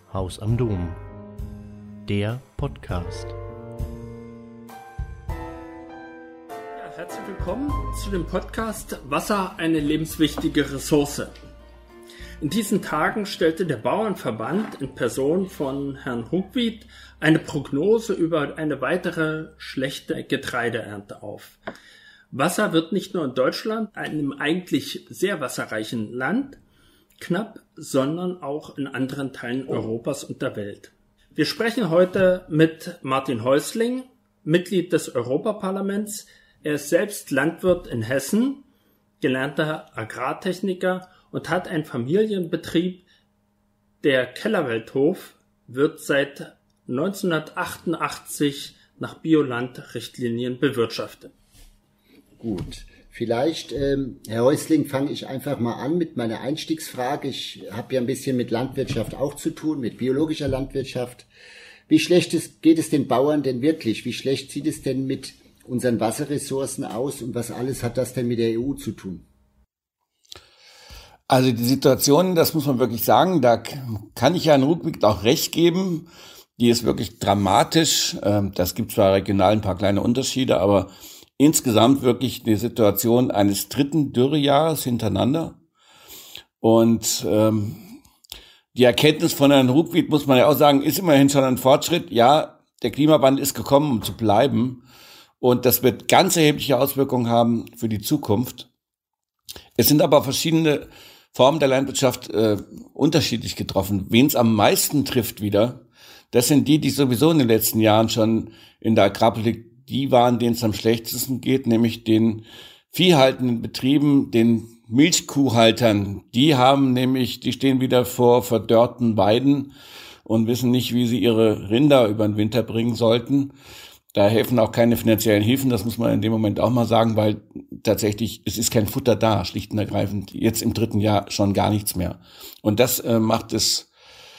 Haus am Dom. Der Podcast. Ja, herzlich willkommen zu dem Podcast Wasser, eine lebenswichtige Ressource. In diesen Tagen stellte der Bauernverband in Person von Herrn Hugwied eine Prognose über eine weitere schlechte Getreideernte auf. Wasser wird nicht nur in Deutschland, einem eigentlich sehr wasserreichen Land, knapp, sondern auch in anderen Teilen Europas und der Welt. Wir sprechen heute mit Martin Häusling, Mitglied des Europaparlaments. Er ist selbst Landwirt in Hessen, gelernter Agrartechniker und hat einen Familienbetrieb. Der Kellerwelthof wird seit 1988 nach Bioland-Richtlinien bewirtschaftet. Gut, vielleicht, Herr Häusling, fange ich einfach mal an mit meiner Einstiegsfrage. Ich habe ja ein bisschen mit Landwirtschaft auch zu tun, mit biologischer Landwirtschaft. Wie schlecht geht es den Bauern denn wirklich? Wie schlecht sieht es denn mit unseren Wasserressourcen aus und was alles hat das denn mit der EU zu tun? Also die Situation, das muss man wirklich sagen, da kann ich Herrn Hugwied auch recht geben, die ist wirklich dramatisch. Das gibt zwar regional ein paar kleine Unterschiede, aber insgesamt wirklich die Situation eines dritten Dürrejahres hintereinander. Und die Erkenntnis von Herrn Hugwied, muss man ja auch sagen, ist immerhin schon ein Fortschritt. Ja, der Klimawandel ist gekommen, um zu bleiben. Und das wird ganz erhebliche Auswirkungen haben für die Zukunft. Es sind aber verschiedene Formen der Landwirtschaft unterschiedlich getroffen. Wen es am meisten trifft wieder, das sind die sowieso in den letzten Jahren schon in der Agrarpolitik die waren, denen es am schlechtesten geht, nämlich den viehhaltenden Betrieben, den Milchkuhhaltern. Die stehen wieder vor verdörrten Weiden und wissen nicht, wie sie ihre Rinder über den Winter bringen sollten. Da helfen auch keine finanziellen Hilfen, das muss man in dem Moment auch mal sagen, weil tatsächlich, es ist kein Futter da, schlicht und ergreifend, jetzt im dritten Jahr schon gar nichts mehr. Und das macht es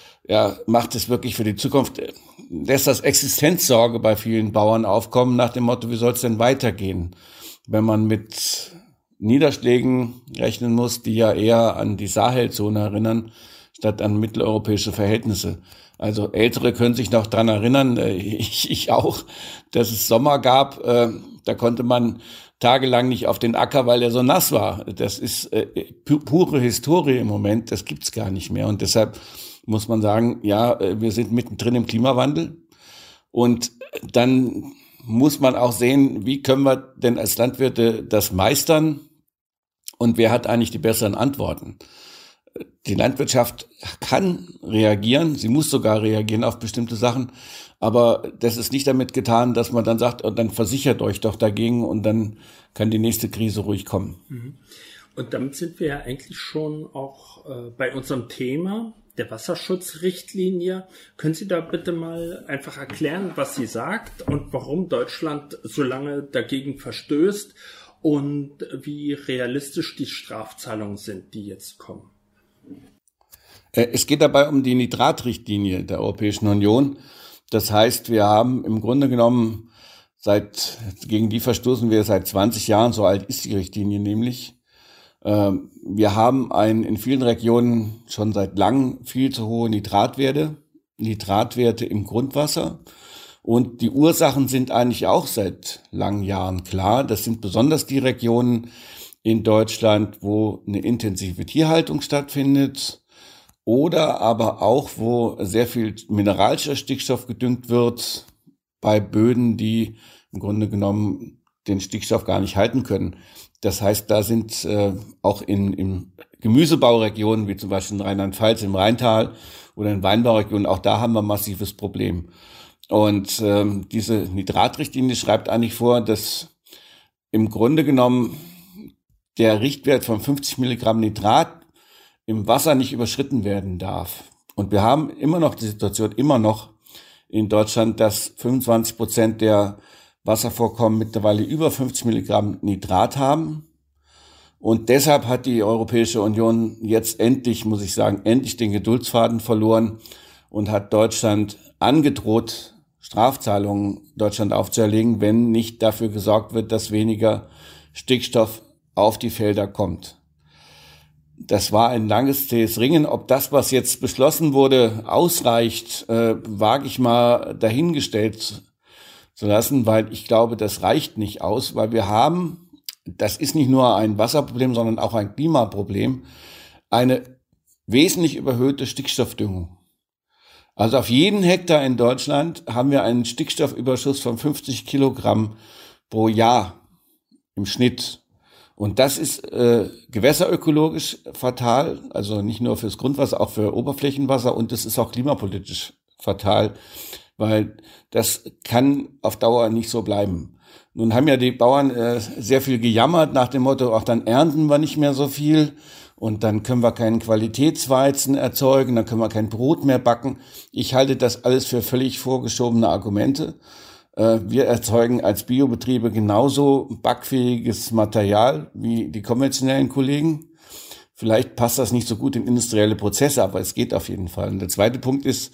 wirklich für die Zukunft, lässt das Existenzsorge bei vielen Bauern aufkommen, nach dem Motto, wie soll es denn weitergehen? Wenn man mit Niederschlägen rechnen muss, die ja eher an die Sahelzone erinnern, statt an mitteleuropäische Verhältnisse. Also Ältere können sich noch dran erinnern, ich auch, dass es Sommer gab, da konnte man tagelang nicht auf den Acker, weil er so nass war. Das ist pure Historie im Moment, das gibt's gar nicht mehr. Und deshalb muss man sagen, ja, wir sind mittendrin im Klimawandel. Und dann muss man auch sehen, wie können wir denn als Landwirte das meistern und wer hat eigentlich die besseren Antworten? Die Landwirtschaft kann reagieren, sie muss sogar reagieren auf bestimmte Sachen, aber das ist nicht damit getan, dass man dann sagt, und dann versichert euch doch dagegen und dann kann die nächste Krise ruhig kommen. Und damit sind wir ja eigentlich schon auch bei unserem Thema der Wasserschutzrichtlinie. Können Sie da bitte mal einfach erklären, was sie sagt und warum Deutschland so lange dagegen verstößt und wie realistisch die Strafzahlungen sind, die jetzt kommen? Es geht dabei um die Nitratrichtlinie der Europäischen Union. Das heißt, wir haben im Grunde genommen gegen die verstoßen wir seit 20 Jahren, so alt ist die Richtlinie nämlich. Wir haben in vielen Regionen schon seit langem viel zu hohe Nitratwerte im Grundwasser. Und die Ursachen sind eigentlich auch seit langen Jahren klar. Das sind besonders die Regionen in Deutschland, wo eine intensive Tierhaltung stattfindet oder aber auch, wo sehr viel mineralischer Stickstoff gedüngt wird bei Böden, die im Grunde genommen den Stickstoff gar nicht halten können. Das heißt, da sind auch in Gemüsebauregionen, wie zum Beispiel in Rheinland-Pfalz, im Rheintal oder in Weinbauregionen, auch da haben wir ein massives Problem. Und diese Nitratrichtlinie schreibt eigentlich vor, dass im Grunde genommen der Richtwert von 50 Milligramm Nitrat im Wasser nicht überschritten werden darf. Und wir haben immer noch die Situation, in Deutschland, dass 25% der Wasservorkommen mittlerweile über 50 Milligramm Nitrat haben. Und deshalb hat die Europäische Union jetzt endlich den Geduldsfaden verloren und hat Deutschland angedroht, Strafzahlungen Deutschland aufzuerlegen, wenn nicht dafür gesorgt wird, dass weniger Stickstoff auf die Felder kommt. das war ein langes, zähes Ringen. Ob das, was jetzt beschlossen wurde, ausreicht, wage ich mal dahingestellt zu lassen, weil ich glaube, das reicht nicht aus, weil wir haben, das ist nicht nur ein Wasserproblem, sondern auch ein Klimaproblem, eine wesentlich überhöhte Stickstoffdüngung. Also auf jeden Hektar in Deutschland haben wir einen Stickstoffüberschuss von 50 Kilogramm pro Jahr im Schnitt. Und das ist gewässerökologisch fatal, also nicht nur fürs Grundwasser, auch für Oberflächenwasser, und das ist auch klimapolitisch fatal, weil das kann auf Dauer nicht so bleiben. Nun haben ja die Bauern sehr viel gejammert nach dem Motto, auch dann ernten wir nicht mehr so viel und dann können wir keinen Qualitätsweizen erzeugen, dann können wir kein Brot mehr backen. Ich halte das alles für völlig vorgeschobene Argumente. Wir erzeugen als Biobetriebe genauso backfähiges Material wie die konventionellen Kollegen. Vielleicht passt das nicht so gut in industrielle Prozesse, aber es geht auf jeden Fall. Und der zweite Punkt ist,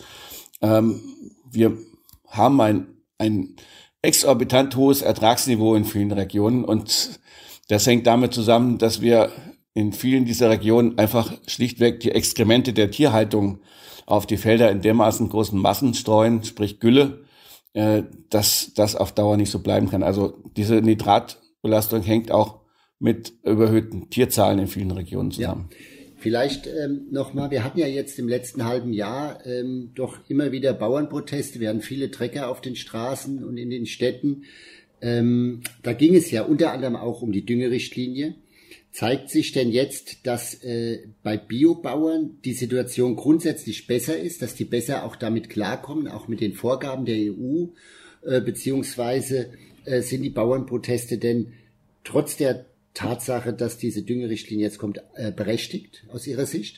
wir haben ein exorbitant hohes Ertragsniveau in vielen Regionen und das hängt damit zusammen, dass wir in vielen dieser Regionen einfach schlichtweg die Exkremente der Tierhaltung auf die Felder in dermaßen großen Massen streuen, sprich Gülle, dass das auf Dauer nicht so bleiben kann. Also diese Nitratbelastung hängt auch mit überhöhten Tierzahlen in vielen Regionen zusammen. Ja. Vielleicht nochmal, wir hatten ja jetzt im letzten halben Jahr doch immer wieder Bauernproteste. Wir hatten viele Trecker auf den Straßen und in den Städten. Da ging es ja unter anderem auch um die Düngerichtlinie. Zeigt sich denn jetzt, dass bei Biobauern die Situation grundsätzlich besser ist, dass die besser auch damit klarkommen, auch mit den Vorgaben der EU, beziehungsweise sind die Bauernproteste denn trotz der Tatsache, dass diese Düngerichtlinie jetzt kommt, berechtigt aus Ihrer Sicht?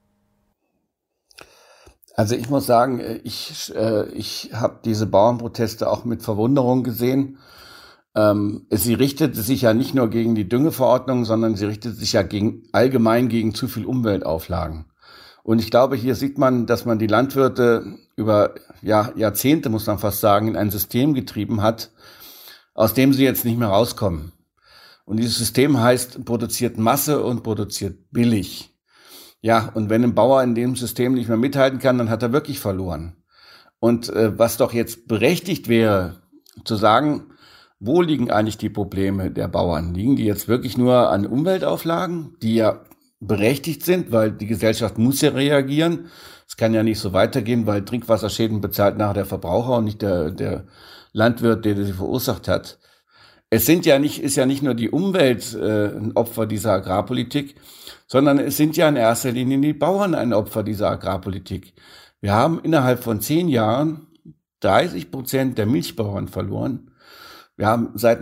Also ich muss sagen, ich habe diese Bauernproteste auch mit Verwunderung gesehen. Sie richtet sich ja nicht nur gegen die Düngeverordnung, sondern sie richtet sich ja allgemein gegen zu viel Umweltauflagen. Und ich glaube, hier sieht man, dass man die Landwirte über Jahrzehnte, muss man fast sagen, in ein System getrieben hat, aus dem sie jetzt nicht mehr rauskommen. Und dieses System heißt, produziert Masse und produziert billig. Ja, und wenn ein Bauer in dem System nicht mehr mithalten kann, dann hat er wirklich verloren. Und was doch jetzt berechtigt wäre, zu sagen, wo liegen eigentlich die Probleme der Bauern? Liegen die jetzt wirklich nur an Umweltauflagen, die ja berechtigt sind, weil die Gesellschaft muss ja reagieren. Es kann ja nicht so weitergehen, weil Trinkwasserschäden bezahlt nachher der Verbraucher und nicht der Landwirt, der sie verursacht hat. Ist ja nicht nur die Umwelt ein Opfer dieser Agrarpolitik, sondern es sind ja in erster Linie die Bauern ein Opfer dieser Agrarpolitik. Wir haben innerhalb von 10 Jahren 30% der Milchbauern verloren. Wir haben seit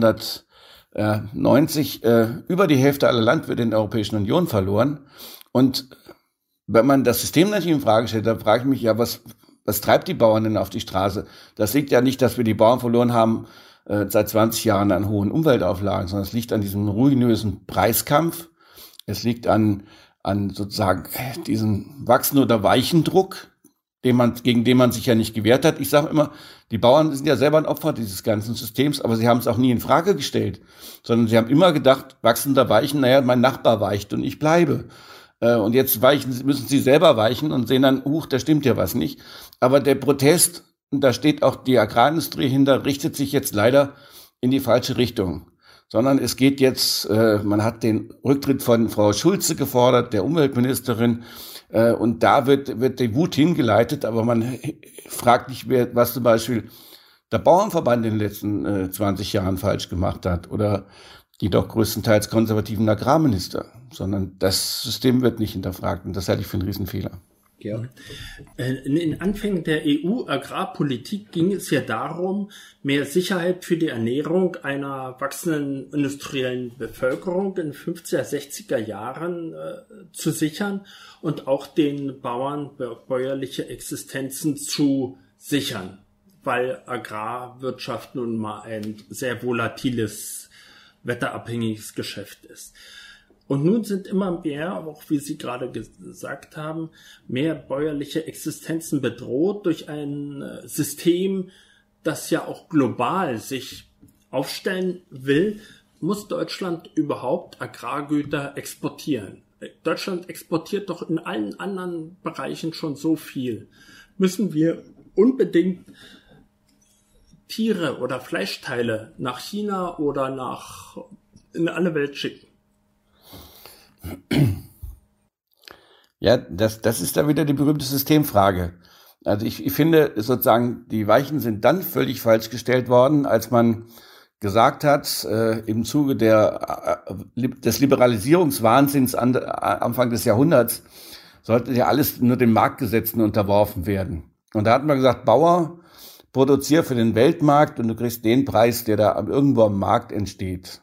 1990 über die Hälfte aller Landwirte in der Europäischen Union verloren. Und wenn man das System natürlich in Frage stellt, dann frage ich mich ja, was treibt die Bauern denn auf die Straße? Das liegt ja nicht, dass wir die Bauern verloren haben seit 20 Jahren an hohen Umweltauflagen, sondern es liegt an diesem ruinösen Preiskampf. Es liegt an sozusagen diesem wachsenden oder weichen Druck, gegen den man sich ja nicht gewehrt hat. Ich sage immer, die Bauern sind ja selber ein Opfer dieses ganzen Systems, aber sie haben es auch nie in Frage gestellt, sondern sie haben immer gedacht, wachsender Weichen, mein Nachbar weicht und ich bleibe. Und jetzt müssen sie selber weichen und sehen dann, da stimmt ja was nicht. Aber der Protest, und da steht auch die Agrarindustrie hinter, richtet sich jetzt leider in die falsche Richtung. Sondern es geht jetzt, man hat den Rücktritt von Frau Schulze gefordert, der Umweltministerin, und da wird die Wut hingeleitet, aber man fragt nicht, was zum Beispiel der Bauernverband in den letzten 20 Jahren falsch gemacht hat oder die doch größtenteils konservativen Agrarminister, sondern das System wird nicht hinterfragt und das halte ich für einen Riesenfehler. Ja. In den Anfängen der EU-Agrarpolitik ging es ja darum, mehr Sicherheit für die Ernährung einer wachsenden industriellen Bevölkerung in den 50er, 60er Jahren zu sichern und auch den Bauern bäuerliche Existenzen zu sichern, weil Agrarwirtschaft nun mal ein sehr volatiles, wetterabhängiges Geschäft ist. Und nun sind immer mehr, auch wie Sie gerade gesagt haben, mehr bäuerliche Existenzen bedroht durch ein System, das ja auch global sich aufstellen will. Muss Deutschland überhaupt Agrargüter exportieren? Deutschland exportiert doch in allen anderen Bereichen schon so viel. Müssen wir unbedingt Tiere oder Fleischteile nach China oder in alle Welt schicken? Ja, das ist da wieder die berühmte Systemfrage. Also ich finde sozusagen, die Weichen sind dann völlig falsch gestellt worden, als man gesagt hat, im Zuge des Liberalisierungswahnsinns Anfang des Jahrhunderts sollte ja alles nur den Marktgesetzen unterworfen werden. Und da hat man gesagt, Bauer, produzier für den Weltmarkt und du kriegst den Preis, der da irgendwo am Markt entsteht.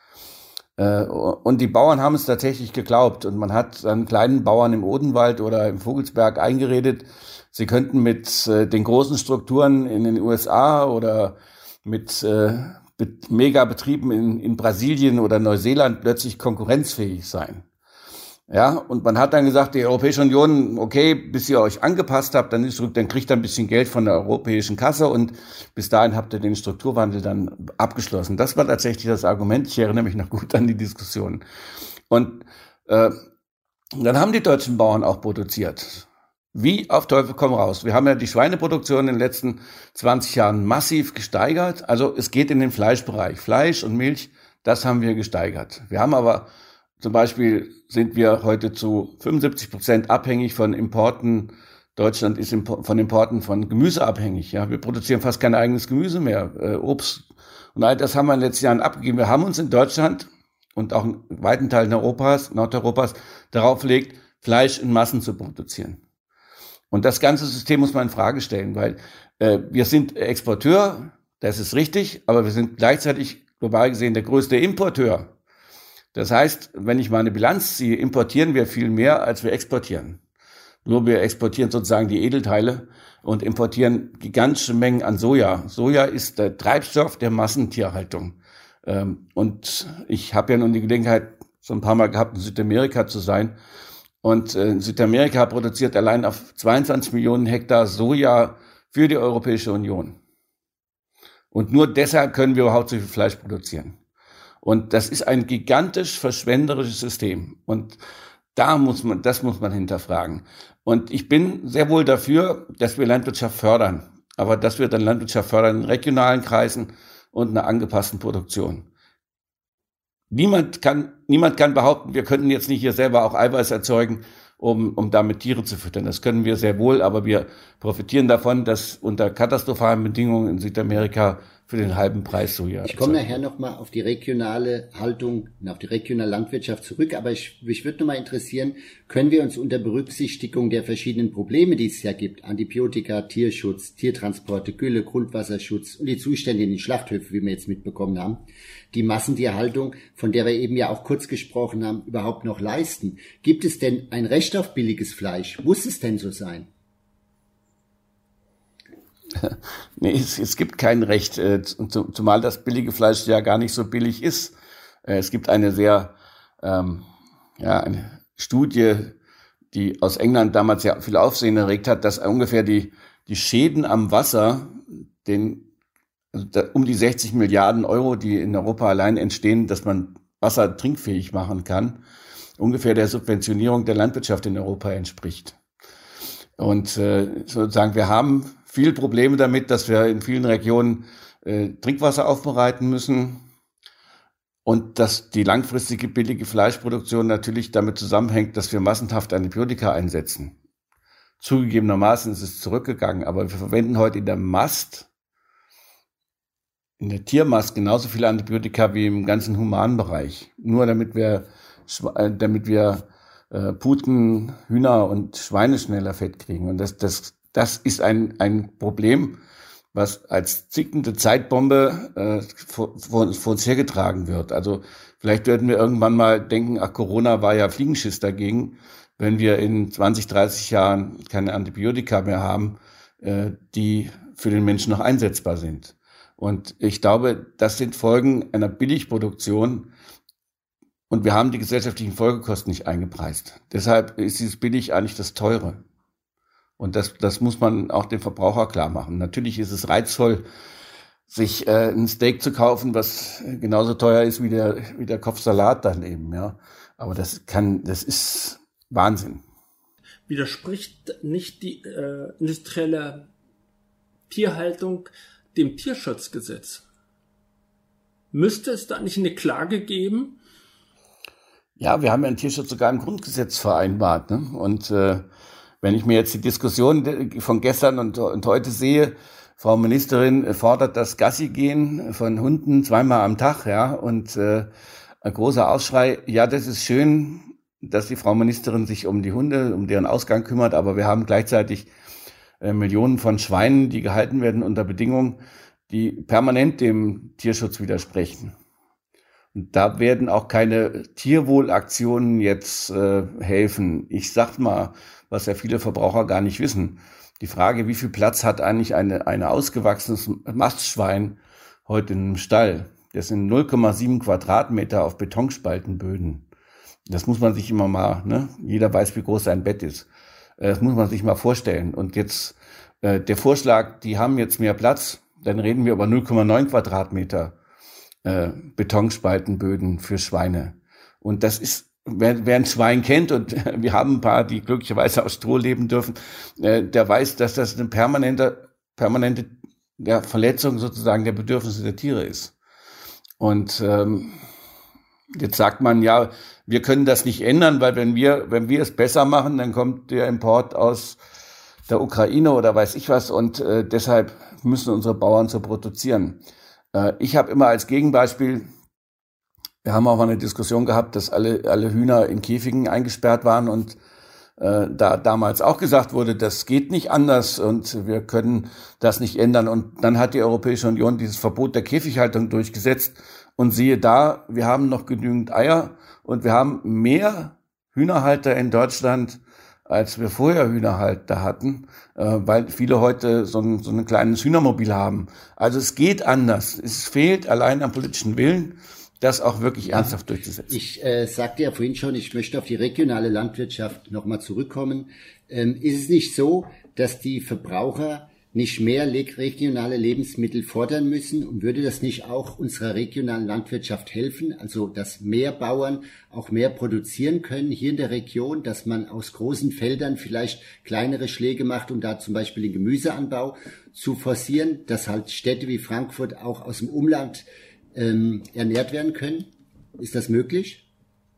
Und die Bauern haben es tatsächlich geglaubt. Und man hat dann kleinen Bauern im Odenwald oder im Vogelsberg eingeredet, sie könnten mit den großen Strukturen in den USA oder mit Megabetrieben in Brasilien oder Neuseeland plötzlich konkurrenzfähig sein. Ja, und man hat dann gesagt, die Europäische Union, okay, bis ihr euch angepasst habt, dann kriegt ihr ein bisschen Geld von der europäischen Kasse und bis dahin habt ihr den Strukturwandel dann abgeschlossen. Das war tatsächlich das Argument. Ich erinnere mich noch gut an die Diskussion. Und dann haben die deutschen Bauern auch produziert. Wie auf Teufel komm raus. Wir haben ja die Schweineproduktion in den letzten 20 Jahren massiv gesteigert. Also es geht in den Fleischbereich. Fleisch und Milch, das haben wir gesteigert. Wir haben aber zum Beispiel sind wir heute zu 75% abhängig von Importen. Deutschland ist von Importen von Gemüse abhängig. Ja, wir produzieren fast kein eigenes Gemüse mehr, Obst. Und all das haben wir in den letzten Jahren abgegeben. Wir haben uns in Deutschland und auch in weiten Teilen Nordeuropas darauf gelegt, Fleisch in Massen zu produzieren. Und das ganze System muss man in Frage stellen, weil wir sind Exporteur, das ist richtig, aber wir sind gleichzeitig global gesehen der größte Importeur. Das heißt, wenn ich mal eine Bilanz ziehe, importieren wir viel mehr, als wir exportieren. Nur wir exportieren sozusagen die Edelteile und importieren gigantische Mengen an Soja. Soja ist der Treibstoff der Massentierhaltung. Und ich habe ja nun die Gelegenheit, so ein paar Mal gehabt, in Südamerika zu sein. Und Südamerika produziert allein auf 22 Millionen Hektar Soja für die Europäische Union. Und nur deshalb können wir überhaupt so viel Fleisch produzieren. Und das ist ein gigantisch verschwenderisches System. Und das muss man hinterfragen. Und ich bin sehr wohl dafür, dass wir Landwirtschaft fördern. Aber dass wir dann Landwirtschaft fördern in regionalen Kreisen und einer angepassten Produktion. Niemand kann behaupten, wir könnten jetzt nicht hier selber auch Eiweiß erzeugen, um damit Tiere zu füttern. Das können wir sehr wohl, aber wir profitieren davon, dass unter katastrophalen Bedingungen in Südamerika für den halben Preis Soja. Ich komme nachher nochmal auf die regionale Haltung und auf die regionale Landwirtschaft zurück, aber mich würde nochmal interessieren, können wir uns unter Berücksichtigung der verschiedenen Probleme, die es ja gibt, Antibiotika, Tierschutz, Tiertransporte, Gülle, Grundwasserschutz und die Zustände in den Schlachthöfen, wie wir jetzt mitbekommen haben, die Massentierhaltung, von der wir eben ja auch kurz gesprochen haben, überhaupt noch leisten? Gibt es denn ein Recht auf billiges Fleisch? Muss es denn so sein? Nee, es gibt kein Recht, zumal das billige Fleisch ja gar nicht so billig ist. Es gibt eine eine Studie, die aus England damals ja viel Aufsehen erregt hat, dass ungefähr die Schäden am Wasser, um die 60 Milliarden Euro, die in Europa allein entstehen, dass man Wasser trinkfähig machen kann, ungefähr der Subventionierung der Landwirtschaft in Europa entspricht. Und sozusagen, wir haben viel Probleme damit, dass wir in vielen Regionen Trinkwasser aufbereiten müssen und dass die langfristige billige Fleischproduktion natürlich damit zusammenhängt, dass wir massenhaft Antibiotika einsetzen. Zugegebenermaßen ist es zurückgegangen, aber wir verwenden heute in der Tiermast genauso viele Antibiotika wie im ganzen Humanbereich. Nur damit wir Puten, Hühner und Schweine schneller fett kriegen. Und das ist ein Problem, was als zickende Zeitbombe vor uns hergetragen wird. Also vielleicht werden wir irgendwann mal denken, Corona war ja Fliegenschiss dagegen, wenn wir in 20, 30 Jahren keine Antibiotika mehr haben, die für den Menschen noch einsetzbar sind. Und ich glaube, das sind Folgen einer Billigproduktion. Und wir haben die gesellschaftlichen Folgekosten nicht eingepreist. Deshalb ist dieses Billig eigentlich das Teure. Und das muss man auch dem Verbraucher klar machen. Natürlich ist es reizvoll, sich ein Steak zu kaufen, was genauso teuer ist wie der Kopf Salat dann eben, ja. Aber das ist Wahnsinn. Widerspricht nicht die industrielle Tierhaltung dem Tierschutzgesetz? Müsste es da nicht eine Klage geben? Ja, wir haben ja den Tierschutz sogar im Grundgesetz vereinbart, ne? Und wenn ich mir jetzt die Diskussion von gestern und heute sehe, Frau Ministerin fordert das Gassi-Gehen von Hunden 2-mal am Tag, ja, und ein großer Aufschrei. Ja, das ist schön, dass die Frau Ministerin sich um die Hunde, um deren Ausgang kümmert, aber wir haben gleichzeitig Millionen von Schweinen, die gehalten werden unter Bedingungen, die permanent dem Tierschutz widersprechen. Und da werden auch keine Tierwohlaktionen jetzt helfen. Ich sag mal, was ja viele Verbraucher gar nicht wissen. Die Frage, wie viel Platz hat eigentlich ein ausgewachsenes Mastschwein heute im Stall? Das sind 0,7 Quadratmeter auf Betonspaltenböden. Das muss man sich immer mal, ne? Jeder weiß, wie groß sein Bett ist. Das muss man sich mal vorstellen. Und jetzt der Vorschlag, die haben jetzt mehr Platz, dann reden wir über 0,9 Quadratmeter Betonspaltenböden für Schweine. Und das ist, wer ein Schwein kennt, und wir haben ein paar, die glücklicherweise aus Stroh leben dürfen, der weiß, dass das eine permanente Verletzung sozusagen der Bedürfnisse der Tiere ist. Und jetzt sagt man, ja, wir können das nicht ändern, weil wenn wir es besser machen, dann kommt der Import aus der Ukraine oder weiß ich was, und deshalb müssen unsere Bauern so produzieren. Ich habe immer als Gegenbeispiel, wir haben auch mal eine Diskussion gehabt, dass alle Hühner in Käfigen eingesperrt waren, und da damals auch gesagt wurde, das geht nicht anders und wir können das nicht ändern. Und dann hat die Europäische Union dieses Verbot der Käfighaltung durchgesetzt, und siehe da, wir haben noch genügend Eier und wir haben mehr Hühnerhalter in Deutschland, als wir vorher Hühnerhalter hatten, weil viele heute so ein kleines Hühnermobil haben. Also es geht anders. Es fehlt allein am politischen Willen, das auch wirklich ernsthaft durchzusetzen. Ich sagte ja vorhin schon, ich möchte auf die regionale Landwirtschaft nochmal zurückkommen. Ist es nicht so, dass die Verbraucher nicht mehr regionale Lebensmittel fordern müssen, und würde das nicht auch unserer regionalen Landwirtschaft helfen, also dass mehr Bauern auch mehr produzieren können hier in der Region, dass man aus großen Feldern vielleicht kleinere Schläge macht, um da zum Beispiel den Gemüseanbau zu forcieren, dass halt Städte wie Frankfurt auch aus dem Umland ernährt werden können? Ist das möglich?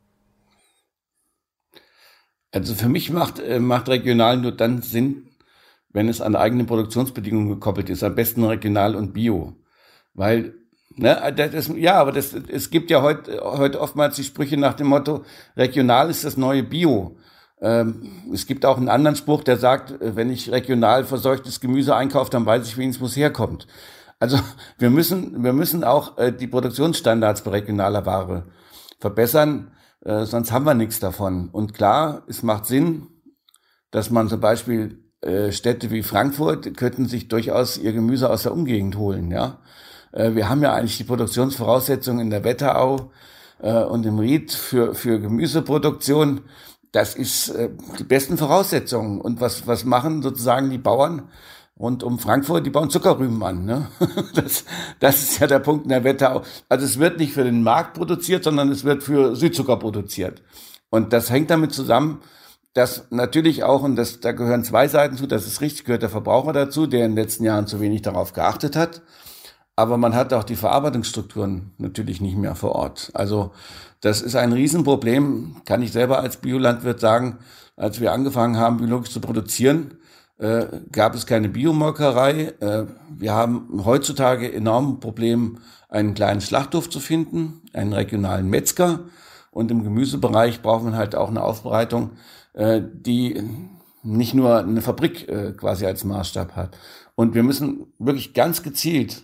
Also für mich macht regional nur dann Sinn, wenn es an eigene Produktionsbedingungen gekoppelt ist, am besten regional und bio. Weil, es gibt ja heute oftmals die Sprüche nach dem Motto, regional ist das neue Bio. Es gibt auch einen anderen Spruch, der sagt, wenn ich regional verseuchtes Gemüse einkaufe, dann weiß ich wenigstens, wo es herkommt. Also wir müssen auch die Produktionsstandards bei regionaler Ware verbessern, sonst haben wir nichts davon. Und klar, es macht Sinn, dass man zum Beispiel Städte wie Frankfurt könnten sich durchaus ihr Gemüse aus der Umgegend holen, ja. Wir haben ja eigentlich die Produktionsvoraussetzungen in der Wetterau und im Ried für Gemüseproduktion. Das ist die besten Voraussetzungen. Und was machen sozusagen die Bauern rund um Frankfurt? Die bauen Zuckerrüben an, ne? Das ist ja der Punkt in der Wetterau. Also es wird nicht für den Markt produziert, sondern es wird für Südzucker produziert. Und das hängt damit zusammen, dass natürlich auch, und da gehören zwei Seiten zu, das ist richtig, gehört der Verbraucher dazu, der in den letzten Jahren zu wenig darauf geachtet hat. Aber man hat auch die Verarbeitungsstrukturen natürlich nicht mehr vor Ort. Also das ist ein Riesenproblem, kann ich selber als Biolandwirt sagen. Als wir angefangen haben, biologisch zu produzieren, gab es keine Biomolkerei. Wir haben heutzutage enorm Problem, einen kleinen Schlachthof zu finden, einen regionalen Metzger. Und im Gemüsebereich braucht man halt auch eine Aufbereitung, die nicht nur eine Fabrik quasi als Maßstab hat. Und wir müssen wirklich ganz gezielt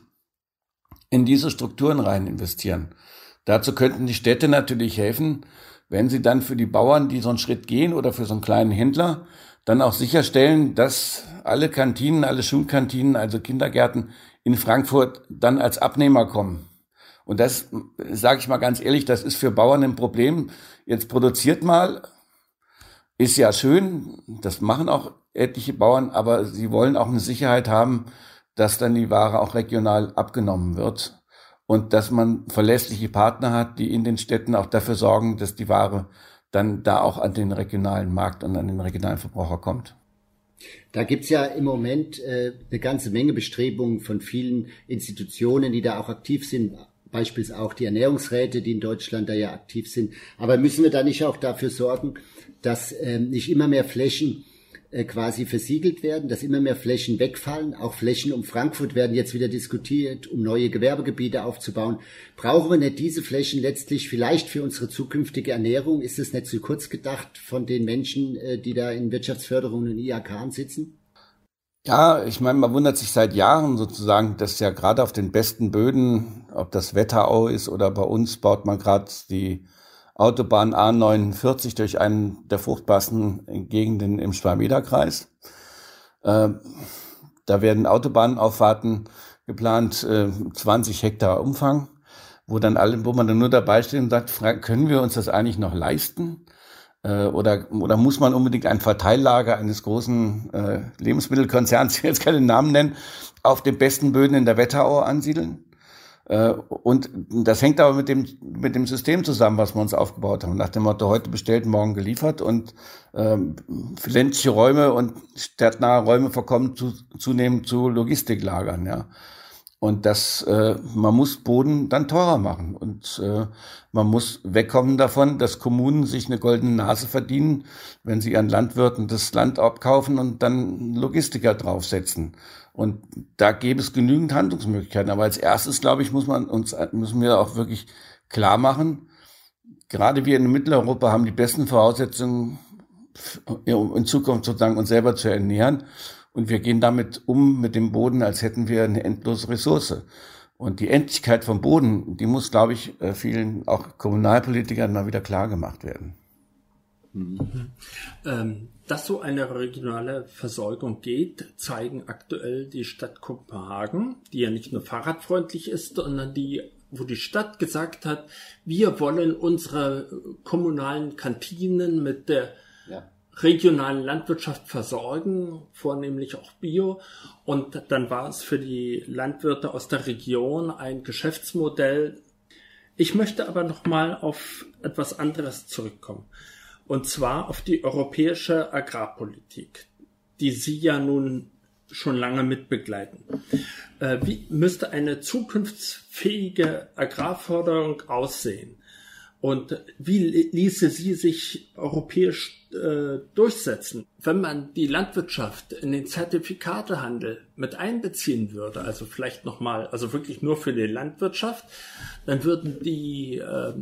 in diese Strukturen rein investieren. Dazu könnten die Städte natürlich helfen, wenn sie dann für die Bauern, die so einen Schritt gehen, oder für so einen kleinen Händler, dann auch sicherstellen, dass alle Kantinen, alle Schulkantinen, also Kindergärten in Frankfurt dann als Abnehmer kommen. Und das, sage ich mal ganz ehrlich, das ist für Bauern ein Problem. Jetzt produziert mal, ist ja schön, das machen auch etliche Bauern, aber sie wollen auch eine Sicherheit haben, dass dann die Ware auch regional abgenommen wird. und dass man verlässliche Partner hat, die in den Städten auch dafür sorgen, dass die Ware dann da auch an den regionalen Markt und an den regionalen Verbraucher kommt. Da gibt's ja im Moment eine ganze Menge Bestrebungen von vielen Institutionen, die da auch aktiv sind, beispielsweise auch die Ernährungsräte, die in Deutschland da ja aktiv sind. Aber müssen wir da nicht auch dafür sorgen, dass nicht immer mehr Flächen quasi versiegelt werden, dass immer mehr Flächen wegfallen? Auch Flächen um Frankfurt werden jetzt wieder diskutiert, um neue Gewerbegebiete aufzubauen. Brauchen wir nicht diese Flächen letztlich vielleicht für unsere zukünftige Ernährung? Ist es nicht zu kurz gedacht von den Menschen, die da in Wirtschaftsförderung und IHK sitzen? Ja, ich meine, man wundert sich seit Jahren sozusagen, dass ja gerade auf den besten Böden, ob das Wetterau ist oder bei uns, baut man gerade die Autobahn A49 durch einen der fruchtbarsten Gegenden im Schwalm-Eder-Kreis. Da werden Autobahnauffahrten geplant, 20 Hektar Umfang, wo man dann nur dabei steht und sagt, können wir uns das eigentlich noch leisten? Oder muss man unbedingt ein Verteillager eines großen Lebensmittelkonzerns, ich will jetzt keinen Namen nennen, auf den besten Böden in der Wetterau ansiedeln? Und das hängt aber mit dem System zusammen, was wir uns aufgebaut haben. Nach dem Motto, heute bestellt, morgen geliefert, und ländliche Räume und stadtnahe Räume verkommen zunehmend zu Logistiklagern, ja. Und man muss Boden dann teurer machen, und man muss wegkommen davon, dass Kommunen sich eine goldene Nase verdienen, wenn sie ihren Landwirten das Land abkaufen und dann Logistiker draufsetzen. Und da gäbe es genügend Handlungsmöglichkeiten. Aber als erstes, glaube ich, müssen wir auch wirklich klar machen, gerade wir in Mitteleuropa haben die besten Voraussetzungen, in Zukunft sozusagen uns selber zu ernähren. Und wir gehen damit mit dem Boden, als hätten wir eine endlose Ressource. Und die Endlichkeit vom Boden, die muss, glaube ich, vielen auch Kommunalpolitikern mal wieder klar gemacht werden. Dass so eine regionale Versorgung geht, zeigen aktuell die Stadt Kopenhagen, die ja nicht nur fahrradfreundlich ist, sondern wo die Stadt gesagt hat, wir wollen unsere kommunalen Kantinen mit der regionalen Landwirtschaft versorgen, vornehmlich auch Bio. Und dann war es für die Landwirte aus der Region ein Geschäftsmodell. Ich möchte aber nochmal auf etwas anderes zurückkommen. Und zwar auf die europäische Agrarpolitik, die Sie ja nun schon lange mitbegleiten. Wie müsste eine zukunftsfähige Agrarförderung aussehen? Und wie ließe sie sich europäisch durchsetzen, wenn man die Landwirtschaft in den Zertifikatehandel mit einbeziehen würde, also vielleicht nochmal, also wirklich nur für die Landwirtschaft, dann würden die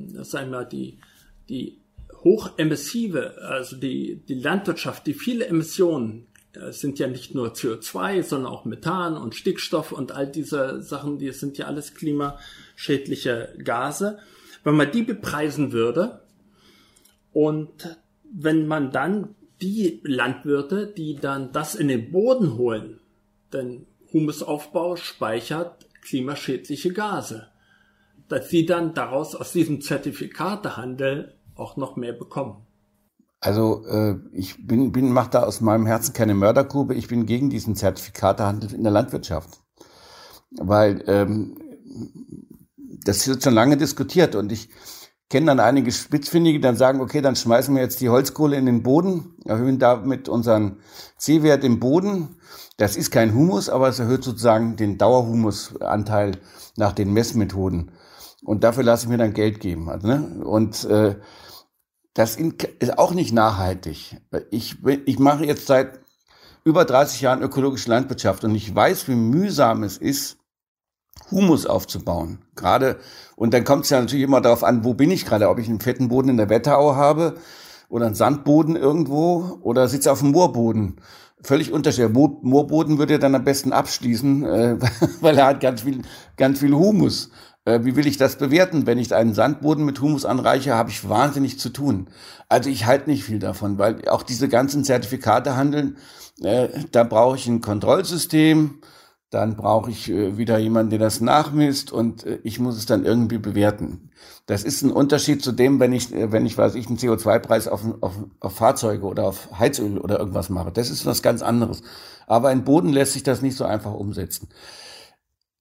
hochemissive, also die Landwirtschaft, die viele Emissionen, sind ja nicht nur CO2, sondern auch Methan und Stickstoff und all diese Sachen, die sind ja alles klimaschädliche Gase. Wenn man die bepreisen würde und wenn man dann die Landwirte, die dann das in den Boden holen, denn Humusaufbau speichert klimaschädliche Gase, dass sie dann daraus aus diesem Zertifikatehandel auch noch mehr bekommen. Also ich mache da aus meinem Herzen keine Mördergrube. Ich bin gegen diesen Zertifikatehandel in der Landwirtschaft, weil das wird schon lange diskutiert, und ich kenne dann einige Spitzfindige, die dann sagen, okay, dann schmeißen wir jetzt die Holzkohle in den Boden, erhöhen damit unseren C-Wert im Boden. Das ist kein Humus, aber es erhöht sozusagen den Dauerhumusanteil nach den Messmethoden. Und dafür lasse ich mir dann Geld geben. Also, ne? Und das ist auch nicht nachhaltig. Ich mache jetzt seit über 30 Jahren ökologische Landwirtschaft, und ich weiß, wie mühsam es ist, Humus aufzubauen. Gerade, und dann kommt es ja natürlich immer darauf an, wo bin ich gerade, ob ich einen fetten Boden in der Wetterau habe oder einen Sandboden irgendwo oder sitze auf dem Moorboden. Völlig unterschiedlich. Moorboden würde dann am besten abschließen, weil er hat ganz viel Humus. Wie will ich das bewerten? Wenn ich einen Sandboden mit Humus anreiche, habe ich wahnsinnig zu tun. Also ich halte nicht viel davon, weil auch diese ganzen Zertifikate handeln, da brauche ich ein Kontrollsystem, dann brauche ich wieder jemanden, der das nachmisst, und ich muss es dann irgendwie bewerten. Das ist ein Unterschied zu dem, wenn ich einen CO2-Preis auf Fahrzeuge oder auf Heizöl oder irgendwas mache. Das ist was ganz anderes. Aber in Boden lässt sich das nicht so einfach umsetzen.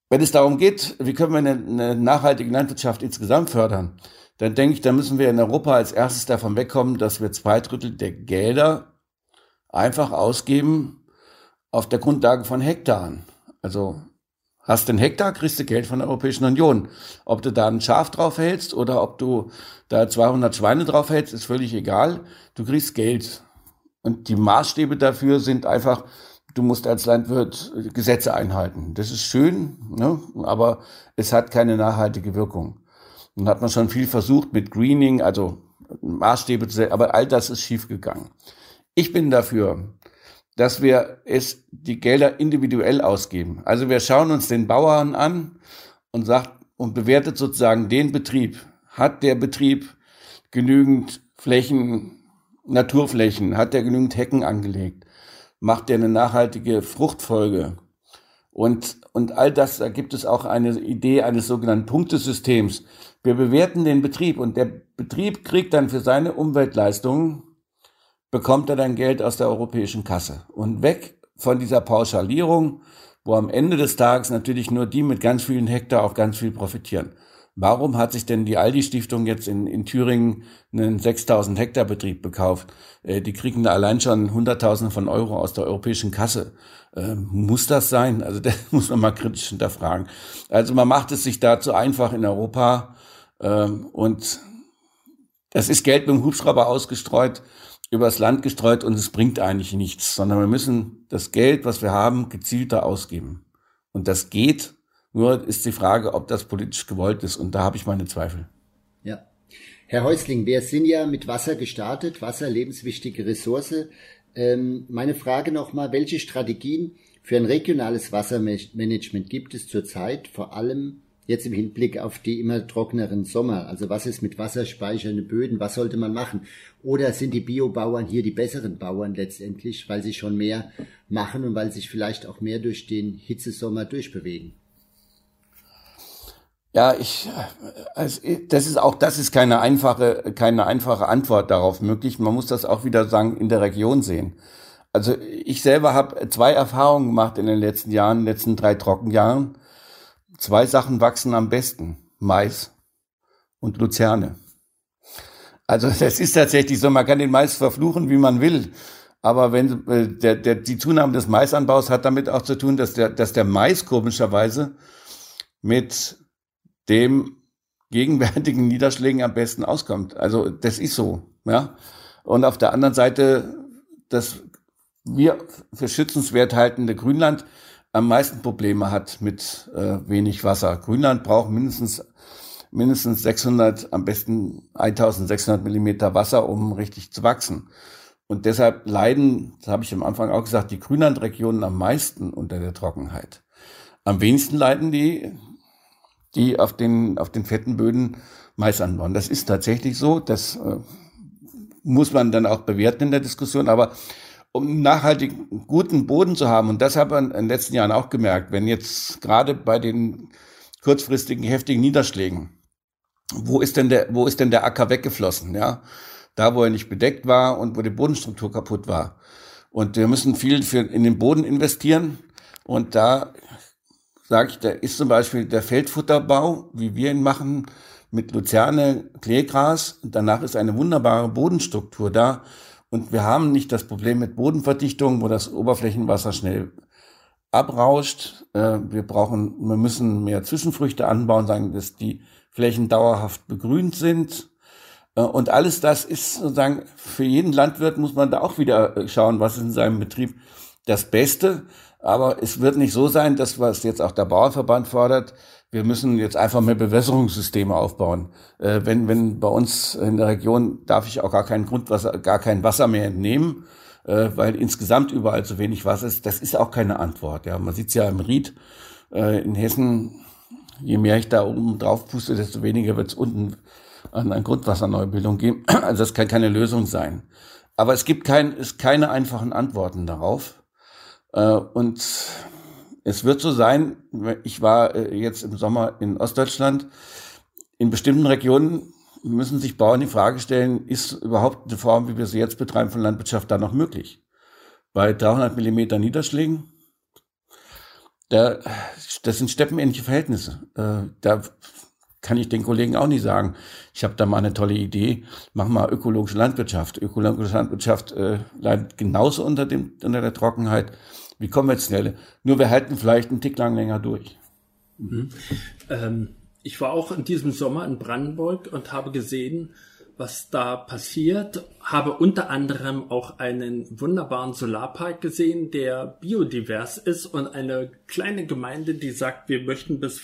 Wenn es darum geht, wie können wir eine nachhaltige Landwirtschaft insgesamt fördern, dann denke ich, da müssen wir in Europa als erstes davon wegkommen, dass wir 2/3 der Gelder einfach ausgeben auf der Grundlage von Hektaren. Also hast du einen Hektar, kriegst du Geld von der Europäischen Union. Ob du da ein Schaf drauf hältst oder ob du da 200 Schweine drauf hältst, ist völlig egal. Du kriegst Geld. Und die Maßstäbe dafür sind einfach, du musst als Landwirt Gesetze einhalten. Das ist schön, ne? Aber es hat keine nachhaltige Wirkung. Dann hat man schon viel versucht mit Greening, also Maßstäbe zu setzen, aber all das ist schiefgegangen. Ich bin dafür, dass wir die Gelder individuell ausgeben. Also wir schauen uns den Bauern an und bewertet sozusagen den Betrieb. Hat der Betrieb genügend Flächen, Naturflächen? Hat der genügend Hecken angelegt? Macht der eine nachhaltige Fruchtfolge? Und all das, da gibt es auch eine Idee eines sogenannten Punktesystems. Wir bewerten den Betrieb und der Betrieb kriegt dann für seine Umweltleistungen, bekommt er dann Geld aus der europäischen Kasse. Und weg von dieser Pauschalierung, wo am Ende des Tages natürlich nur die mit ganz vielen Hektar auch ganz viel profitieren. Warum hat sich denn die Aldi-Stiftung jetzt in Thüringen einen 6.000 Hektar Betrieb gekauft? Die kriegen da allein schon Hunderttausende von Euro aus der europäischen Kasse. Muss das sein? Also das muss man mal kritisch hinterfragen. Also man macht es sich da zu einfach in Europa und das ist Geld mit dem Hubschrauber ausgestreut, übers Land gestreut und es bringt eigentlich nichts, sondern wir müssen das Geld, was wir haben, gezielter ausgeben. Und das geht. Nur ist die Frage, ob das politisch gewollt ist. Und da habe ich meine Zweifel. Ja. Herr Häusling, wir sind ja mit Wasser gestartet. Wasser, lebenswichtige Ressource. Meine Frage nochmal, welche Strategien für ein regionales Wassermanagement gibt es zurzeit, vor allem jetzt im Hinblick auf die immer trockeneren Sommer? Also was ist mit wasserspeichernden Böden? Was sollte man machen? Oder sind die Biobauern hier die besseren Bauern letztendlich, weil sie schon mehr machen und weil sie sich vielleicht auch mehr durch den Hitzesommer durchbewegen? Ja, das ist keine einfache Antwort darauf möglich. Man muss das auch wieder sagen, in der Region sehen. Also ich selber habe 2 Erfahrungen gemacht in den letzten Jahren, in den letzten 3 Trockenjahren. 2 Sachen wachsen am besten: Mais und Luzerne. Also das ist tatsächlich so, man kann den Mais verfluchen, wie man will. Aber wenn die Zunahme des Maisanbaus hat damit auch zu tun, dass der Mais komischerweise mit dem gegenwärtigen Niederschlägen am besten auskommt. Also das ist so, ja. Und auf der anderen Seite, dass wir für schützenswert haltende Grünland am meisten Probleme hat mit wenig Wasser. Grünland braucht mindestens 600, am besten 1600 Millimeter Wasser, um richtig zu wachsen. Und deshalb leiden, das habe ich am Anfang auch gesagt, die Grünlandregionen am meisten unter der Trockenheit. Am wenigsten leiden die auf den fetten Böden Mais anbauen. Das ist tatsächlich so. Das muss man dann auch bewerten in der Diskussion. Aber um nachhaltig guten Boden zu haben, und das habe ich in den letzten Jahren auch gemerkt, wenn jetzt gerade bei den kurzfristigen, heftigen Niederschlägen, wo ist denn der Acker weggeflossen? Ja, da, wo er nicht bedeckt war und wo die Bodenstruktur kaputt war. Und wir müssen viel in den Boden investieren. Und da sage ich, da ist zum Beispiel der Feldfutterbau, wie wir ihn machen, mit Luzerne, Kleegras. Und danach ist eine wunderbare Bodenstruktur da. Und wir haben nicht das Problem mit Bodenverdichtung, wo das Oberflächenwasser schnell abrauscht. Wir müssen mehr Zwischenfrüchte anbauen, sagen, dass die Flächen dauerhaft begrünt sind. Und alles das ist sozusagen, für jeden Landwirt muss man da auch wieder schauen, was ist in seinem Betrieb das Beste. Aber es wird nicht so sein, dass was jetzt auch der Bauernverband fordert, wir müssen jetzt einfach mehr Bewässerungssysteme aufbauen. Wenn bei uns in der Region darf ich auch gar kein Wasser mehr entnehmen, weil insgesamt überall so wenig Wasser ist. Das ist auch keine Antwort. Ja, man sieht es ja im Ried in Hessen, je mehr ich da oben drauf puste, desto weniger wird es unten an Grundwasserneubildung geben. Also das kann keine Lösung sein. Aber es gibt keine einfachen Antworten darauf. Und es wird so sein, ich war jetzt im Sommer in Ostdeutschland, in bestimmten Regionen müssen sich Bauern die Frage stellen, ist überhaupt eine Form, wie wir sie jetzt betreiben, von Landwirtschaft da noch möglich? Bei 300 Millimeter Niederschlägen, Das sind steppenähnliche Verhältnisse. Da kann ich den Kollegen auch nicht sagen, ich habe da mal eine tolle Idee, mach mal ökologische Landwirtschaft. Ökologische Landwirtschaft leidet genauso unter der Trockenheit wie konventionelle. Nur wir halten vielleicht einen Tick lang länger durch. Mhm. Ich war auch in diesem Sommer in Brandenburg und habe gesehen, was da passiert. Habe unter anderem auch einen wunderbaren Solarpark gesehen, der biodivers ist und eine kleine Gemeinde, die sagt, wir möchten bis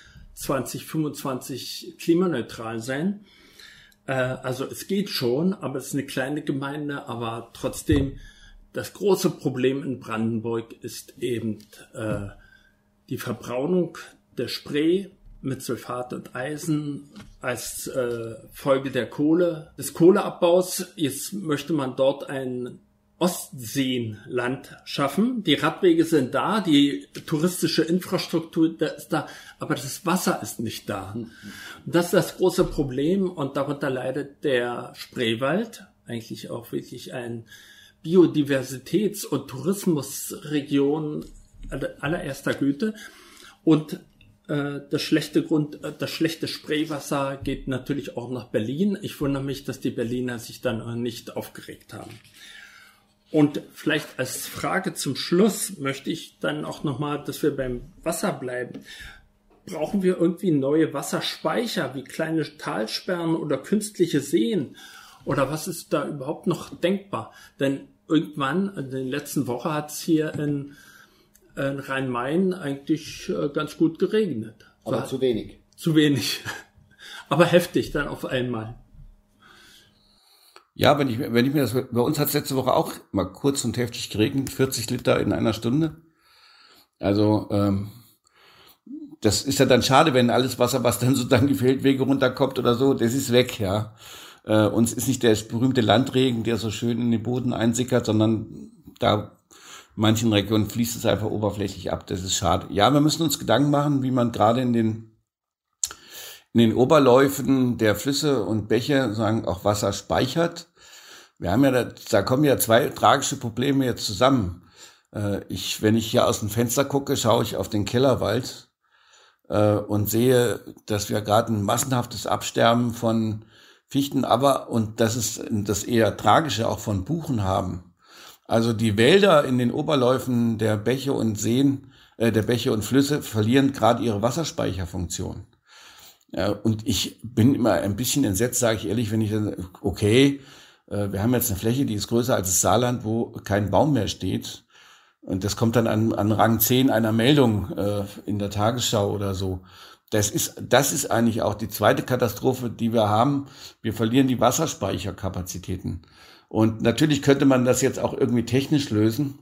2025 klimaneutral sein. Also es geht schon, aber es ist eine kleine Gemeinde, aber trotzdem das große Problem in Brandenburg ist eben die Verbraunung der Spree mit Sulfat und Eisen als Folge des Kohleabbaus. Jetzt möchte man dort ein Ostseenland schaffen. Die Radwege sind da, die touristische Infrastruktur ist da, aber das Wasser ist nicht da. Und das ist das große Problem und darunter leidet der Spreewald, eigentlich auch wirklich ein Biodiversitäts- und Tourismusregion allererster Güte. Und das schlechte Spreewasser geht natürlich auch nach Berlin. Ich wundere mich, dass die Berliner sich dann nicht aufgeregt haben. Und vielleicht als Frage zum Schluss möchte ich dann auch nochmal, dass wir beim Wasser bleiben. Brauchen wir irgendwie neue Wasserspeicher wie kleine Talsperren oder künstliche Seen? Oder was ist da überhaupt noch denkbar? Denn irgendwann, in der letzten Woche hat es hier in Rhein-Main eigentlich ganz gut geregnet. Aber zu wenig. Zu wenig. Aber heftig dann auf einmal. Ja, wenn ich mir das, bei uns hat es letzte Woche auch mal kurz und heftig geregnet, 40 Liter in einer Stunde. Also, das ist ja dann schade, wenn alles Wasser, was dann sozusagen die Feldwege runterkommt oder so, das ist weg, ja. Uns ist nicht der berühmte Landregen, der so schön in den Boden einsickert, sondern da in manchen Regionen fließt es einfach oberflächlich ab. Das ist schade. Ja, wir müssen uns Gedanken machen, wie man gerade in den Oberläufen der Flüsse und Bäche sagen auch Wasser speichert. Wir haben ja da kommen ja zwei tragische Probleme jetzt zusammen. Wenn ich hier aus dem Fenster gucke, schaue ich auf den Kellerwald und sehe, dass wir gerade ein massenhaftes Absterben von Fichten, und das ist das eher Tragische, auch von Buchen haben. Also die Wälder in den Oberläufen der Bäche und Seen, der Bäche und Flüsse verlieren gerade ihre Wasserspeicherfunktion. Und ich bin immer ein bisschen entsetzt, sage ich ehrlich, wenn ich dann, okay, wir haben jetzt eine Fläche, die ist größer als das Saarland, wo kein Baum mehr steht. Und das kommt dann an Rang 10 einer Meldung in der Tagesschau oder so. Das ist eigentlich auch die zweite Katastrophe, die wir haben. Wir verlieren die Wasserspeicherkapazitäten. Und natürlich könnte man das jetzt auch irgendwie technisch lösen.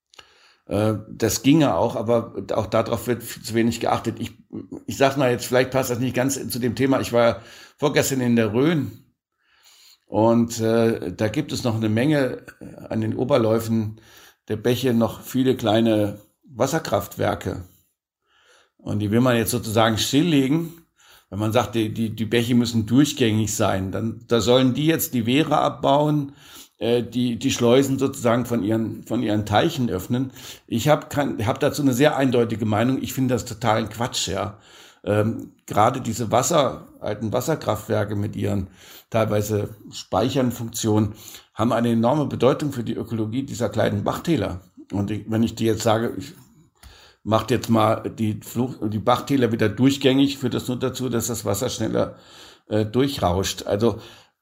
Das ginge auch, aber auch darauf wird zu wenig geachtet. Ich sag mal jetzt, vielleicht passt das nicht ganz zu dem Thema. Ich war vorgestern in der Rhön und da gibt es noch eine Menge an den Oberläufen der Bäche noch viele kleine Wasserkraftwerke. Und die will man jetzt sozusagen stilllegen. Wenn man sagt, die Bäche müssen durchgängig sein, dann da sollen die jetzt die Wehre abbauen, die Schleusen sozusagen von ihren Teichen öffnen. Ich hab dazu eine sehr eindeutige Meinung. Ich finde das totalen Quatsch, ja. Gerade diese alten Wasserkraftwerke mit ihren teilweise Speichernfunktionen haben eine enorme Bedeutung für die Ökologie dieser kleinen Bachtäler. Und wenn ich dir jetzt sage, ich mache jetzt mal die Bachtäler wieder durchgängig, führt das nur dazu, dass das Wasser schneller durchrauscht. Also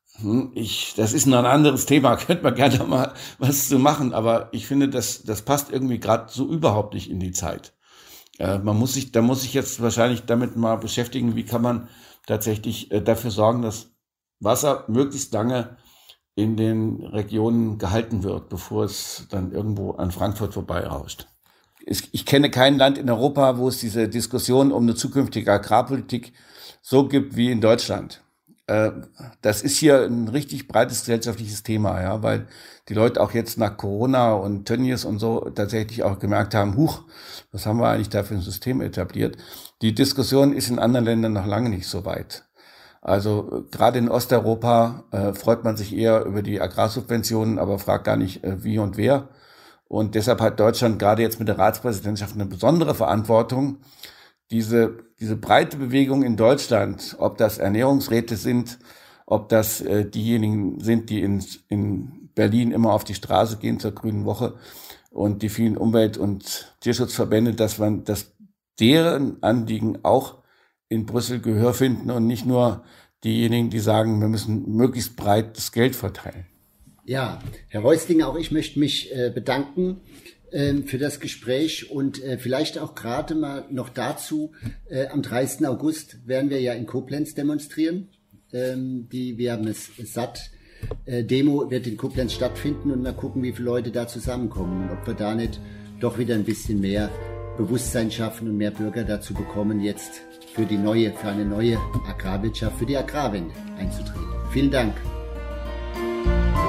das ist noch ein anderes Thema, könnte man gerne mal was zu machen, aber ich finde, das passt irgendwie gerade so überhaupt nicht in die Zeit. Da muss ich jetzt wahrscheinlich damit mal beschäftigen, wie kann man tatsächlich dafür sorgen, dass Wasser möglichst lange in den Regionen gehalten wird, bevor es dann irgendwo an Frankfurt vorbeirauscht. Ich kenne kein Land in Europa, wo es diese Diskussion um eine zukünftige Agrarpolitik so gibt wie in Deutschland. Das ist hier ein richtig breites gesellschaftliches Thema, ja, weil die Leute auch jetzt nach Corona und Tönnies und so tatsächlich auch gemerkt haben, was haben wir eigentlich da für ein System etabliert? Die Diskussion ist in anderen Ländern noch lange nicht so weit. Also gerade in Osteuropa freut man sich eher über die Agrarsubventionen, aber fragt gar nicht wie und wer. Und deshalb hat Deutschland gerade jetzt mit der Ratspräsidentschaft eine besondere Verantwortung, diese breite Bewegung in Deutschland, ob das Ernährungsräte sind, ob das diejenigen sind, die in Berlin immer auf die Straße gehen zur Grünen Woche und die vielen Umwelt- und Tierschutzverbände, dass deren Anliegen auch in Brüssel Gehör finden und nicht nur diejenigen, die sagen, wir müssen möglichst breit das Geld verteilen. Ja, Herr Reusling, auch ich möchte mich bedanken für das Gespräch und vielleicht auch gerade mal noch dazu, am 30. August werden wir ja in Koblenz demonstrieren. Wir haben es satt. Demo wird in Koblenz stattfinden und mal gucken, wie viele Leute da zusammenkommen und ob wir da nicht doch wieder ein bisschen mehr Bewusstsein schaffen und mehr Bürger dazu bekommen, jetzt für eine neue Agrarwirtschaft, für die Agrarwende einzutreten. Vielen Dank.